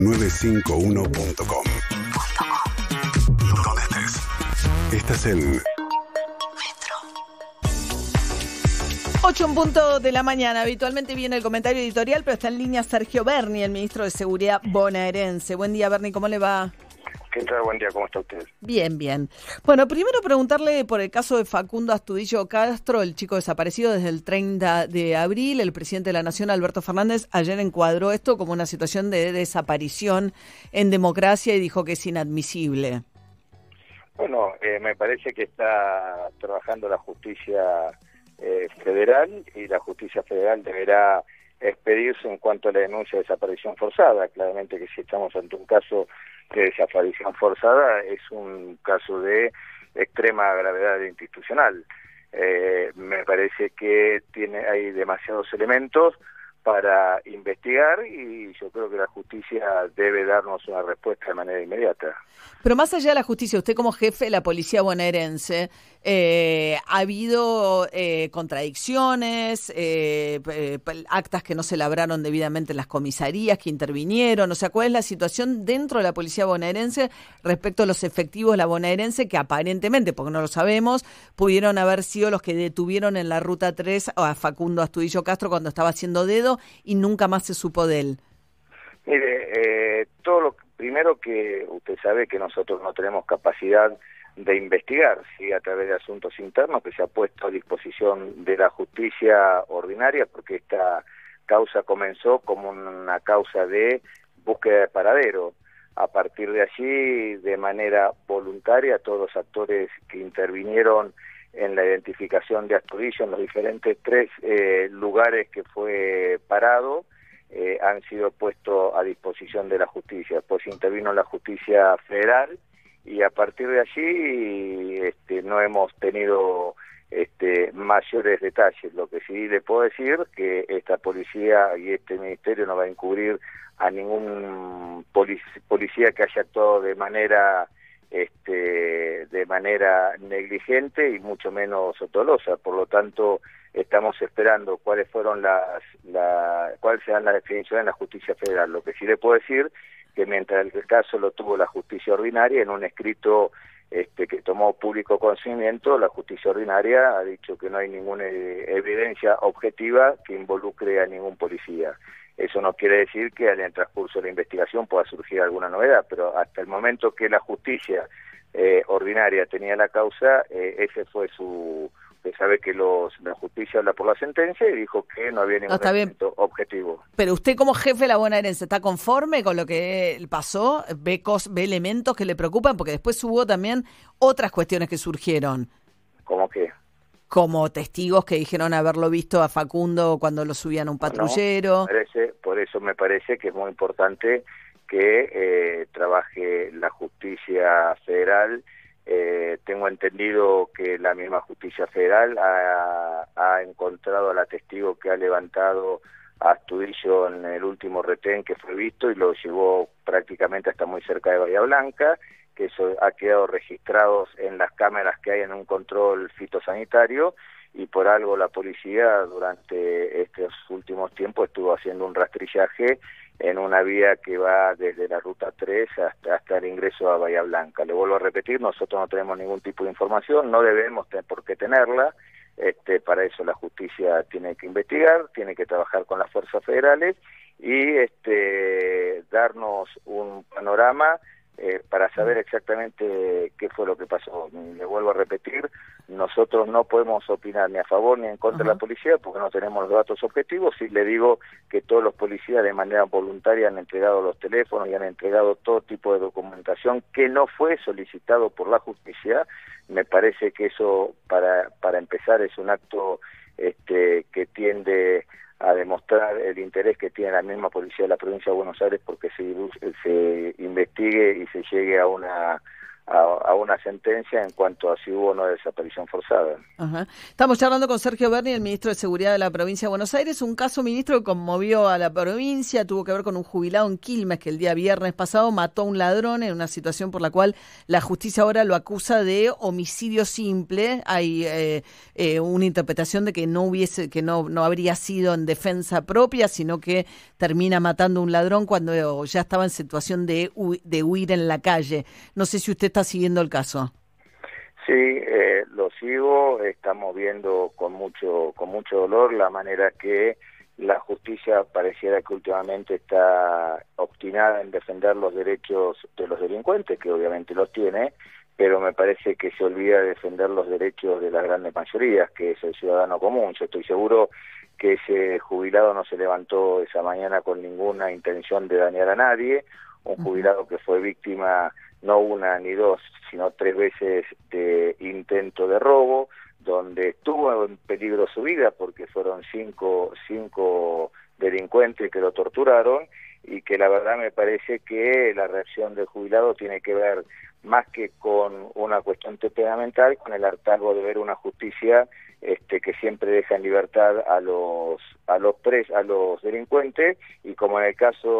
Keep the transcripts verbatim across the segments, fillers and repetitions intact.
nueve cinco uno punto com. Donde estés. Estás en ocho en punto de la mañana. Habitualmente viene el comentario editorial, pero está en línea Sergio Berni, el ministro de Seguridad bonaerense. Buen día, Berni, ¿cómo le va? ¿Qué tal? Buen día, ¿cómo está usted? Bien, bien. Bueno, primero preguntarle por el caso de Facundo Astudillo Castro, el chico desaparecido desde el treinta de abril. El presidente de la Nación, Alberto Fernández, ayer encuadró esto como una situación de desaparición en democracia y dijo que es inadmisible. Bueno, eh, me parece que está trabajando la justicia eh, federal y la justicia federal deberá expedirse en cuanto a la denuncia de desaparición forzada. Claramente que si estamos ante un caso de desaparición forzada es un caso de extrema gravedad institucional. Eh, me parece que tiene hay demasiados elementos para investigar y yo creo que la justicia debe darnos una respuesta de manera inmediata. Pero más allá de la justicia, usted como jefe de la policía bonaerense, eh, ¿ha habido eh, contradicciones, eh, eh, actas que no se labraron debidamente en las comisarías, que intervinieron? O sea, ¿cuál es la situación dentro de la policía bonaerense respecto a los efectivos de la bonaerense que aparentemente, porque no lo sabemos, pudieron haber sido los que detuvieron en la Ruta tres a Facundo Astudillo Castro cuando estaba haciendo dedo y nunca más se supo de él? Mire, eh, todo lo primero que usted sabe que nosotros no tenemos capacidad de investigar, ¿sí? A través de asuntos internos que se ha puesto a disposición de la justicia ordinaria, porque esta causa comenzó como una causa de búsqueda de paradero. A partir de allí, de manera voluntaria, todos los actores que intervinieron en la identificación de Astudillo en los diferentes tres eh, lugares que fue parado, eh, han sido puestos a disposición de la justicia. Después intervino la justicia federal y a partir de allí este, no hemos tenido este, mayores detalles. Lo que sí le puedo decir que esta policía y este ministerio no va a encubrir a ningún polic policía que haya actuado de manera este de manera negligente y mucho menos dolosa. Por lo tanto, estamos esperando cuáles fueron las la, cuáles serán las definiciones en la justicia federal. Lo que sí le puedo decir que mientras el caso lo tuvo la justicia ordinaria, en un escrito este que tomó público conocimiento, la justicia ordinaria ha dicho que no hay ninguna evidencia objetiva que involucre a ningún policía. Eso no quiere decir que en el transcurso de la investigación pueda surgir alguna novedad, pero hasta el momento que la justicia eh, ordinaria tenía la causa, eh, ese fue su... Usted sabe que los, la justicia habla por la sentencia y dijo que no había ningún no, elemento objetivo. Pero usted como jefe de la bonaerense, ¿está conforme con lo que pasó? ¿Ve, cos, ¿Ve elementos que le preocupan? Porque después hubo también otras cuestiones que surgieron. ¿Cómo qué? Como testigos que dijeron haberlo visto a Facundo cuando lo subían a un patrullero. No, parece, por eso me parece que es muy importante que eh, trabaje la justicia federal. Eh, tengo entendido que la misma justicia federal ha, ha encontrado al testigo que ha levantado a Astudillo en el último retén que fue visto y lo llevó prácticamente hasta muy cerca de Bahía Blanca, que eso ha quedado registrados en las cámaras que hay en un control fitosanitario y por algo la policía durante estos últimos tiempos estuvo haciendo un rastrillaje en una vía que va desde la Ruta tres hasta, hasta el ingreso a Bahía Blanca. Le vuelvo a repetir, nosotros no tenemos ningún tipo de información, no debemos tener por qué tenerla, este, para eso la justicia tiene que investigar, tiene que trabajar con las fuerzas federales y este, darnos un panorama Eh, para saber exactamente qué fue lo que pasó. Le vuelvo a repetir, nosotros no podemos opinar ni a favor ni en contra uh-huh. de la policía porque no tenemos los datos objetivos. Y le digo que todos los policías de manera voluntaria han entregado los teléfonos y han entregado todo tipo de documentación que no fue solicitado por la justicia. Me parece que eso, para, para empezar, es un acto este, que tiende a demostrar el interés que tiene la misma policía de la provincia de Buenos Aires porque se, se investigue y se llegue a una a, a una sentencia en cuanto a si hubo o no desaparición forzada. Ajá. Estamos charlando con Sergio Berni, el ministro de Seguridad de la provincia de Buenos Aires, un caso, ministro, que conmovió a la provincia, tuvo que ver con un jubilado en Quilmes que el día viernes pasado mató a un ladrón en una situación por la cual la justicia ahora lo acusa de homicidio simple. Hay eh, eh, una interpretación de que no hubiese, que no, no habría sido en defensa propia, sino que termina matando a un ladrón cuando ya estaba en situación de, hu- de huir en la calle. No sé si usted está siguiendo el caso. Sí, eh, lo sigo, estamos viendo con mucho con mucho dolor la manera que la justicia pareciera que últimamente está obstinada en defender los derechos de los delincuentes, que obviamente los tiene, pero me parece que se olvida de defender los derechos de las grandes mayorías, que es el ciudadano común. Yo estoy seguro que ese jubilado no se levantó esa mañana con ninguna intención de dañar a nadie, un jubilado que fue víctima no una ni dos, sino tres veces de intento de robo, donde estuvo en peligro su vida porque fueron cinco, cinco delincuentes que lo torturaron, y que la verdad me parece que la reacción del jubilado tiene que ver más que con una cuestión temperamental, con el hartazgo de ver una justicia este, que siempre deja en libertad a los a los pres, a los delincuentes, y como en el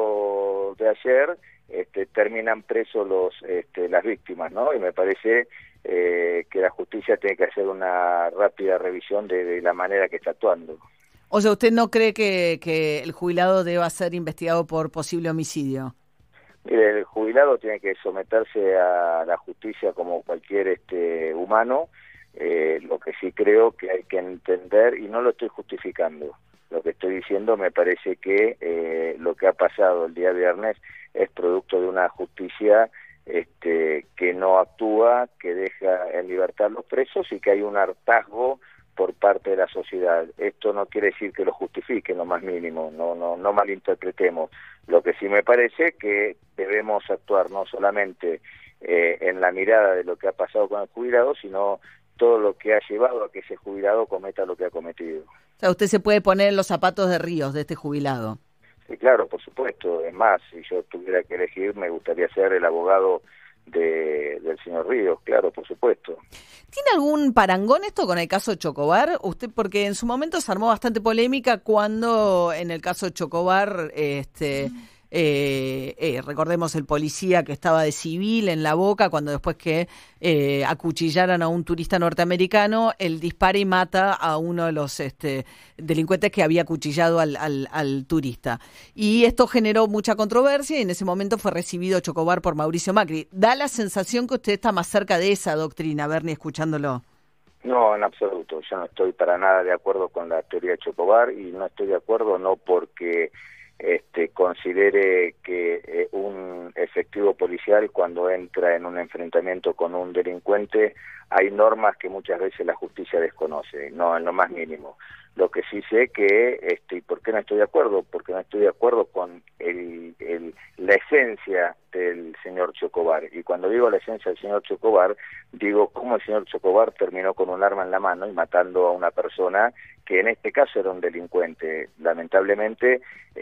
caso de ayer, este, terminan presos los este, las víctimas, ¿no? Y me parece eh, que la justicia tiene que hacer una rápida revisión de, de la manera que está actuando. O sea, ¿usted no cree que, que el jubilado deba ser investigado por posible homicidio? Mire, el jubilado tiene que someterse a la justicia como cualquier este humano. Eh, lo que sí creo que hay que entender, y no lo estoy justificando, lo que estoy diciendo, me parece que eh, lo que ha pasado el día viernes es producto de una justicia este, que no actúa, que deja en libertad los presos, y que hay un hartazgo por parte de la sociedad. Esto no quiere decir que lo justifique, lo más mínimo, no no no malinterpretemos. Lo que sí me parece que debemos actuar no solamente eh, en la mirada de lo que ha pasado con el jubilado, sino todo lo que ha llevado a que ese jubilado cometa lo que ha cometido. O sea, usted se puede poner en los zapatos de Ríos, de este jubilado. Sí, claro, por supuesto. Es más, si yo tuviera que elegir, me gustaría ser el abogado de, del señor Ríos, claro, por supuesto. ¿Tiene algún parangón esto con el caso Chocobar? Usted, porque en su momento se armó bastante polémica cuando en el caso Chocobar, este, eh, eh, recordemos el policía que estaba de civil en la boca, cuando después que eh, acuchillaran a un turista norteamericano, él dispara y mata a uno de los este, delincuentes que había acuchillado al, al, al turista. Y esto generó mucha controversia, y en ese momento fue recibido Chocobar por Mauricio Macri. Da la sensación que usted está más cerca de esa doctrina, Berni, escuchándolo. No, en absoluto. Yo no estoy para nada de acuerdo con la teoría de Chocobar, y no estoy de acuerdo no porque este, considere que eh, un efectivo policial, cuando entra en un enfrentamiento con un delincuente, hay normas que muchas veces la justicia desconoce, no en lo más mínimo. Lo que sí sé que, este, ¿y por qué no estoy de acuerdo? Porque no estoy de acuerdo con el, el, la esencia del señor Chocobar. Y cuando digo la esencia del señor Chocobar, digo cómo el señor Chocobar terminó con un arma en la mano y matando a una persona que en este caso era un delincuente. Lamentablemente,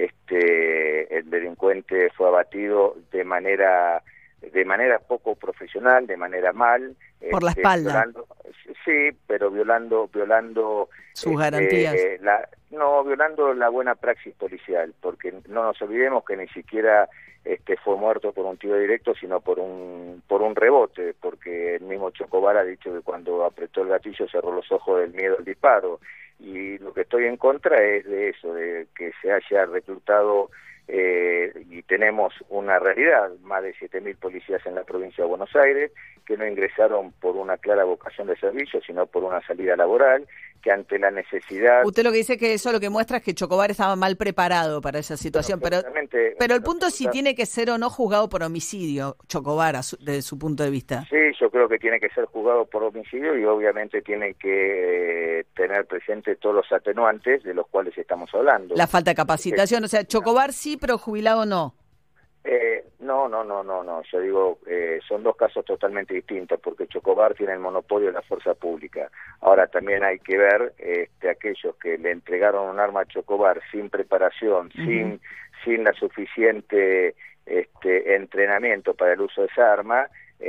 este, el delincuente fue abatido de manera de manera poco profesional, de manera mal. Por la este, espalda. Violando, sí, pero violando violando sus este, garantías. La, no, violando la buena praxis policial, porque no nos olvidemos que ni siquiera este fue muerto por un tiro directo, sino por un por un rebote, porque el mismo Chocobar ha dicho que cuando apretó el gatillo cerró los ojos del miedo al disparo. Y lo que estoy en contra es de eso, de que se haya reclutado, eh, y tenemos una realidad, más de siete mil policías en la provincia de Buenos Aires, que no ingresaron por una clara vocación de servicio, sino por una salida laboral, que ante la necesidad... Usted lo que dice que eso lo que muestra es que Chocobar estaba mal preparado para esa situación, pero, pero el punto es si tiene que ser o no juzgado por homicidio, Chocobar, su, desde su punto de vista. Sí, yo creo que tiene que ser juzgado por homicidio, y obviamente tiene que eh, tener presente todos los atenuantes de los cuales estamos hablando. La falta de capacitación, o sea, Chocobar sí, pero jubilado no. Eh, no, no, no, no, no. Yo digo, eh, son dos casos totalmente distintos, porque Chocobar tiene el monopolio de la fuerza pública. Ahora también hay que ver este, aquellos que le entregaron un arma a Chocobar sin preparación, uh-huh. sin sin la suficiente este, entrenamiento para el uso de esa arma, eh,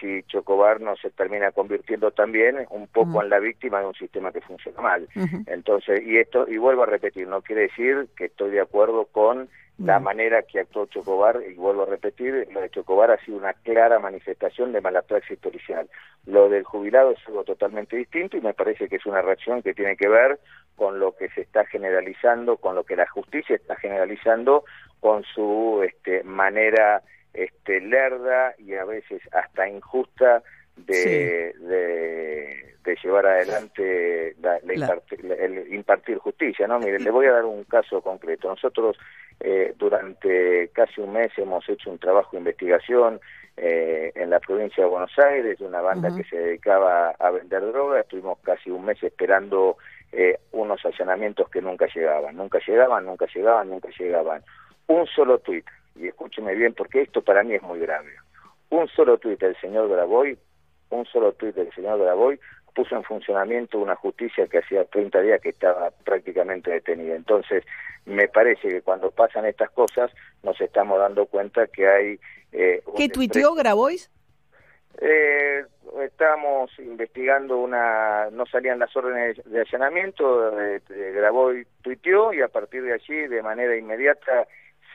si Chocobar no se termina convirtiendo también un poco uh-huh. en la víctima de un sistema que funciona mal. Uh-huh. Entonces, y esto, y vuelvo a repetir, no quiere decir que estoy de acuerdo con la manera que actuó Chocobar, y vuelvo a repetir, lo de Chocobar ha sido una clara manifestación de mala praxis policial. Lo del jubilado es algo totalmente distinto y me parece que es una reacción que tiene que ver con lo que se está generalizando, con lo que la justicia está generalizando, con su este, manera este, lerda y a veces hasta injusta de, sí. de, de llevar adelante la, la impartir, la, el impartir justicia, ¿no? Mire, le voy a dar un caso concreto. Nosotros eh, durante casi un mes hemos hecho un trabajo de investigación eh, en la provincia de Buenos Aires de una banda uh-huh. que se dedicaba a vender droga. Estuvimos casi un mes esperando eh, unos allanamientos que nunca llegaban, nunca llegaban, nunca llegaban, nunca llegaban. Un solo tuit, y escúcheme bien porque esto para mí es muy grave, un solo tuit del señor Graboy, un solo tuit del señor Graboy puso en funcionamiento una justicia que hacía treinta días que estaba prácticamente detenida. Entonces, me parece que cuando pasan estas cosas nos estamos dando cuenta que hay... Eh, ¿Qué tuiteó Grabois? Eh, estábamos investigando una... no salían las órdenes de allanamiento, eh, Grabois tuiteó y a partir de allí, de manera inmediata,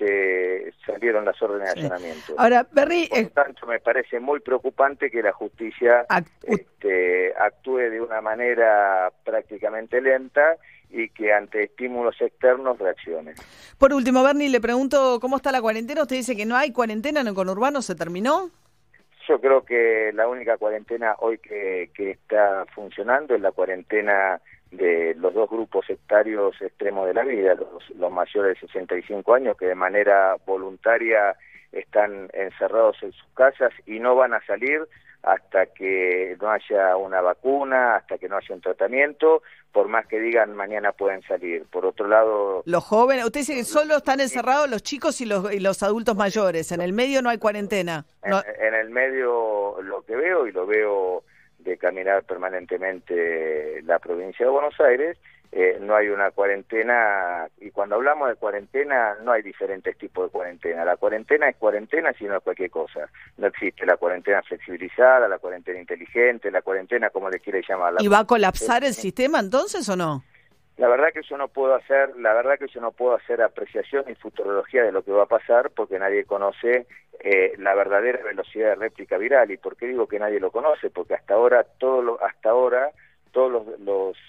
se salieron las órdenes sí. de allanamiento. Ahora, Berry, por lo tanto, me parece muy preocupante que la justicia act- este, actúe de una manera prácticamente lenta y que ante estímulos externos reaccione. Por último, Bernie, le pregunto cómo está la cuarentena. Usted dice que no hay cuarentena en el conurbano, ¿se terminó? Yo creo que la única cuarentena hoy que, que está funcionando es la cuarentena de los dos grupos sectarios extremos de la vida, los, los mayores de sesenta y cinco años que de manera voluntaria están encerrados en sus casas y no van a salir hasta que no haya una vacuna, hasta que no haya un tratamiento, por más que digan mañana pueden salir. Por otro lado... Los jóvenes, usted dice que solo están encerrados los chicos y los, y los adultos mayores, en el medio no hay cuarentena. No. En, en el medio lo que veo, y lo veo de caminar permanentemente la provincia de Buenos Aires, eh, no hay una cuarentena, y cuando hablamos de cuarentena no hay diferentes tipos de cuarentena. La cuarentena es cuarentena si no es cualquier cosa. No existe la cuarentena flexibilizada, la cuarentena inteligente, la cuarentena como le quiere llamar. ¿Y va a colapsar el sistema entonces o no? La verdad que yo no puedo hacer, la verdad que yo no puedo hacer apreciación ni futurología de lo que va a pasar porque nadie conoce eh, la verdadera velocidad de réplica viral. ¿Y por qué digo que nadie lo conoce? Porque hasta ahora todo lo, hasta ahora todos los, los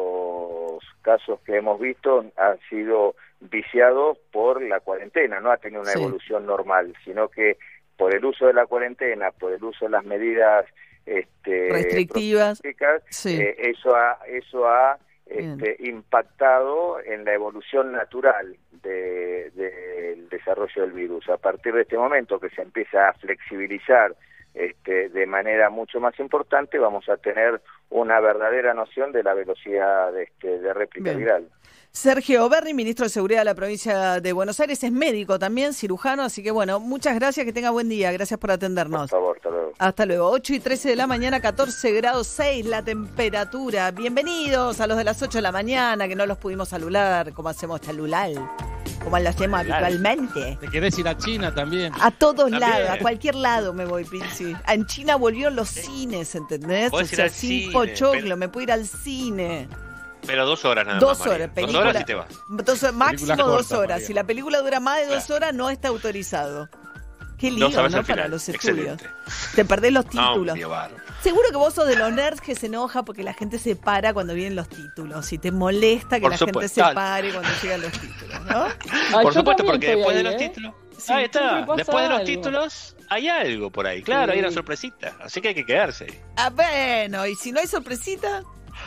los casos que hemos visto han sido viciados por la cuarentena, no ha tenido una sí. evolución normal, sino que por el uso de la cuarentena, por el uso de las medidas este, restrictivas, sí. eh, eso ha eso ha Este, impactado en la evolución natural de, de, del desarrollo del virus. A partir de este momento que se empieza a flexibilizar este, de manera mucho más importante, vamos a tener una verdadera noción de la velocidad de, este, de réplica Bien. viral. Sergio Berni, ministro de Seguridad de la provincia de Buenos Aires, es médico también, cirujano, así que bueno, muchas gracias, que tenga buen día, gracias por atendernos. Por favor, hasta luego. Hasta luego, ocho y trece de la mañana, catorce grados seis la temperatura. Bienvenidos a los de las ocho de la mañana, que no los pudimos saludar, como hacemos chalular, como lo hacemos habitualmente. ¿Te querés ir a China también? A todos también. lados, a cualquier lado me voy, Pinci. En China volvieron los cines, ¿entendés? O sea, sin pochoclo, pero... me puedo ir al cine. Pero dos horas nada dos más, horas, película, dos horas y te vas. Dos, máximo corta, dos horas. María. Si la película dura más de dos horas, no está autorizado. Qué lío, no, ¿no? Para los estudios. Te perdés los títulos. No, seguro que vos sos de los nerds que se enoja porque la gente se para cuando vienen los títulos. Y te molesta que Por la supuesto. gente se pare cuando llegan los títulos, ¿no? Ay, Por supuesto, porque después ahí, de los ¿eh? títulos... Sí, ahí está, después de los algo. títulos hay algo por ahí. Claro, sí. Hay una sorpresita. Así que hay que quedarse ahí. Ah, bueno, y si no hay sorpresita...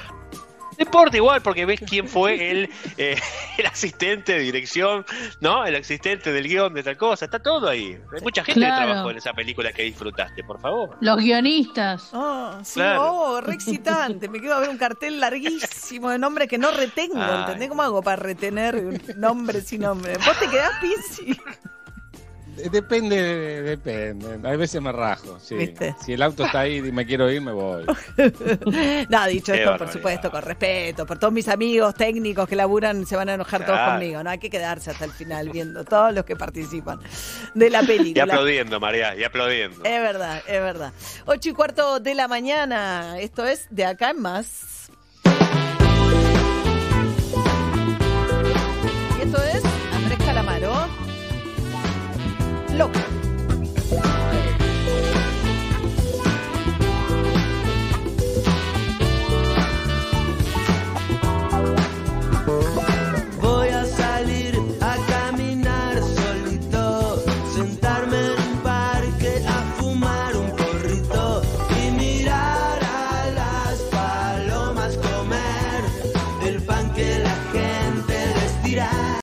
No importa igual, porque ves quién fue el, eh, el asistente de dirección, ¿no? El asistente del guión de tal cosa. Está todo ahí. Hay mucha gente claro. que trabajó en esa película que disfrutaste, por favor. Los guionistas. Oh, sí, Claro. oh, re excitante. Me quedo a ver un cartel larguísimo de nombres que no retengo. Ay. ¿Entendés cómo hago para retener un nombre sin nombre? ¿Vos te quedás, Pizzi? Depende, depende. A veces me rajo, sí. ¿Viste? Si el auto está ahí y me quiero ir, me voy. No, dicho Qué esto, por barbaridad. supuesto, con respeto, por todos mis amigos técnicos que laburan, se van a enojar todos Claro. conmigo, ¿no? Hay que quedarse hasta el final viendo todos los que participan de la Y película. aplaudiendo, María, y aplaudiendo. Es verdad, es verdad. Ocho y cuarto de la mañana. Esto es De Acá en Más. Y esto es Andrés Calamaro. Loco.